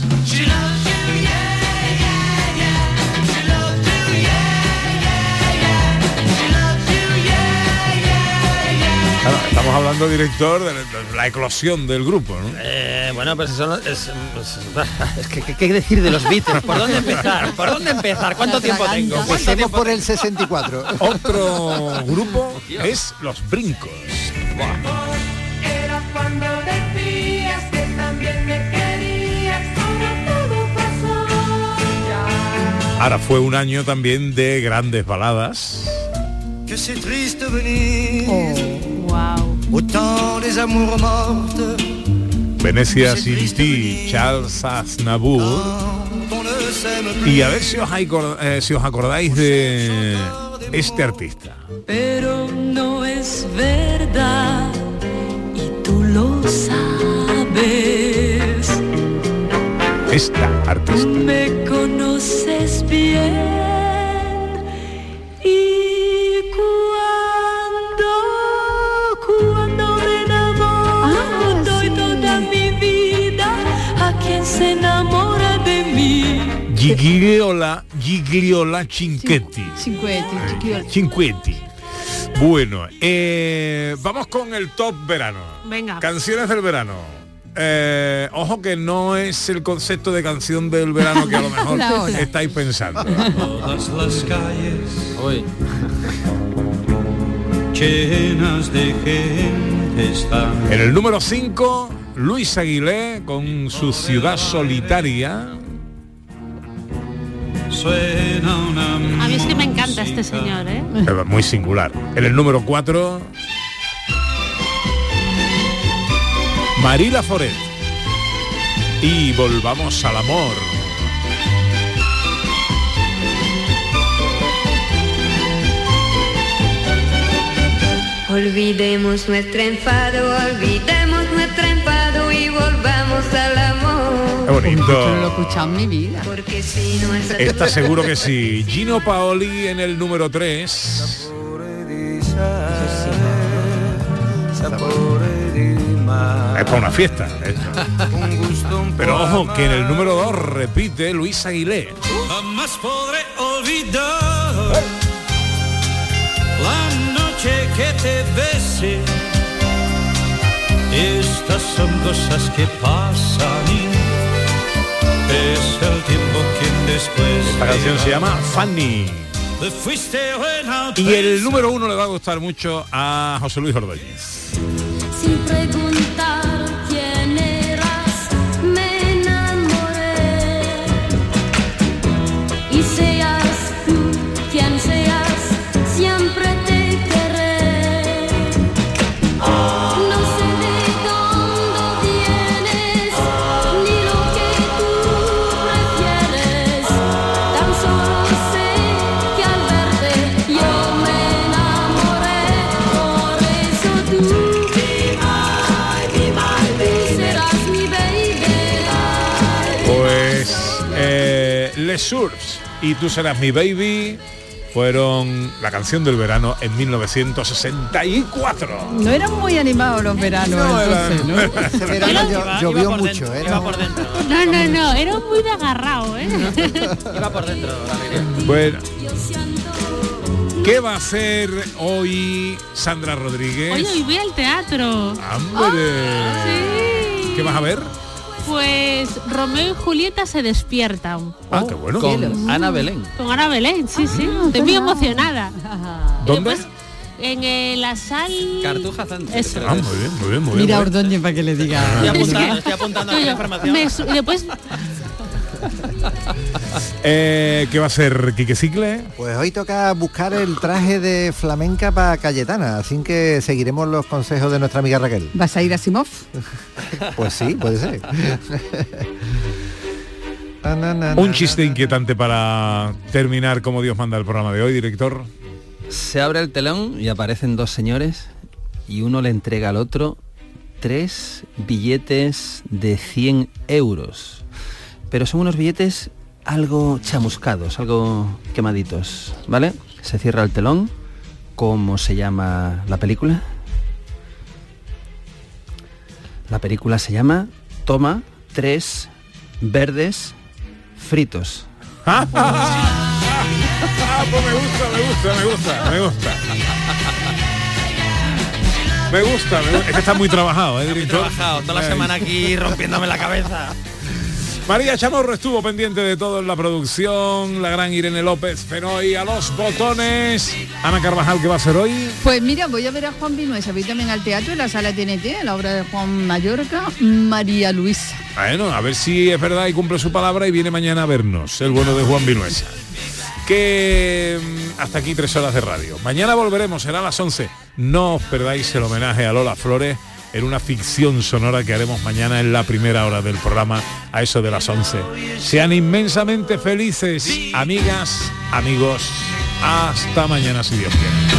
Claro, estamos hablando, director, de la eclosión del grupo, ¿no? Bueno, pues eso es que ¿qué decir de los Beatles? ¿Por dónde empezar? ¿Cuánto tiempo tengo? Empecemos por el 64. Otro grupo es los Brincos. Buah. Era cuando decías que también me querías, ahora todo pasó ya. Ahora fue un año también de grandes baladas. Que c'est triste venir. Wow. Autant des amours mortes. Venecia sin ti, Charles Aznavour. Y a ver si os acordáis de este artista. Pero no es verdad y tú lo sabes. Esta artista. Me conoces bien y cuando me enamoro doy toda mi vida a quien se enamora de mí. Gigliola Cinquetti. Cinquetti. Bueno, vamos con el top verano. Venga. Canciones del verano. Ojo que no es el concepto de canción del verano que a lo mejor estáis pensando. Todas las calles llenas de gente están. En el número 5, Luis Aguilé con su Ciudad Solitaria. Suena una A mí es que me encanta este señor, ¿eh? Muy singular. En el número 4, Marila Foret. Y Volvamos al amor. Olvidemos nuestro enfado y volvamos al amor. Qué bonito. No lo he escuchado en mi vida. Porque si no es Está seguro que sí. Gino Paoli en el número 3. Es para una fiesta esto. Pero ojo que en el número 2 repite Luis Aguilé. Jamás podré olvidar la noche que te besé. Estas son cosas que pasan y es el tiempo quien después. Esta canción se llama Fanny. Te fuiste buena Y el número 1 le va a gustar mucho a José Luis Ordóñez. sin preguntar quién eras, me enamoré. Y seas tú quien seas, siempre te querré. No sé de dónde vienes, ni lo que tú prefieres, tan solo sé The Surfs y Tú serás mi baby fueron la canción del verano en 1964. No eran muy animados los veranos, entonces, ¿no? Ese verano llovió mucho, ¿eh? Iba por dentro. No, era muy de agarrado, ¿eh? Iba por dentro la alegría. Bueno, ¿qué va a hacer hoy Sandra Rodríguez? Oye, hoy voy al teatro. ¡Hombre! Sí. ¿Qué vas a ver? Pues Romeo y Julieta se despiertan. Qué bueno. Con Ana Belén. Con Ana Belén, sí. Estoy muy emocionada. ¿Dónde? Y después, en la sal... Cartuja Sánchez. Eso. Muy bien. Mira Ordóñez para que le diga. Estoy apuntando aquí la información. Y después... ¿Qué va a hacer Quique Cicle? Pues hoy toca buscar el traje de flamenca para Cayetana, así que seguiremos los consejos de nuestra amiga Raquel. ¿Vas a ir a Simov? Pues sí, puede ser. Un chiste inquietante para terminar como Dios manda el programa de hoy, director. Se abre el telón y aparecen dos señores y uno le entrega al otro 3 billetes de 100 euros. Pero son unos billetes algo chamuscados, algo quemaditos, ¿vale? Se cierra el telón. ¿Cómo se llama la película? La película se llama Toma 3 verdes fritos. Pues me gusta. Es que está muy trabajado, ¿eh, director? Muy trabajado, toda la semana aquí rompiéndome la cabeza. María Chamorro estuvo pendiente de todo en la producción, la gran Irene López Fenoy a los botones. Ana Carvajal, ¿qué va a hacer hoy? Pues mira, voy a ver a Juan Vinuesa, voy también al teatro en la sala TNT, la obra de Juan Mallorca, María Luisa. Bueno, a ver si es verdad y cumple su palabra y viene mañana a vernos, el bueno de Juan Vinuesa. Que hasta aquí 3 horas de radio. Mañana volveremos, será a las 11. No os perdáis el homenaje a Lola Flores en una ficción sonora que haremos mañana en la primera hora del programa a eso de las 11. Sean inmensamente felices, amigas, amigos. Hasta mañana si Dios quiere.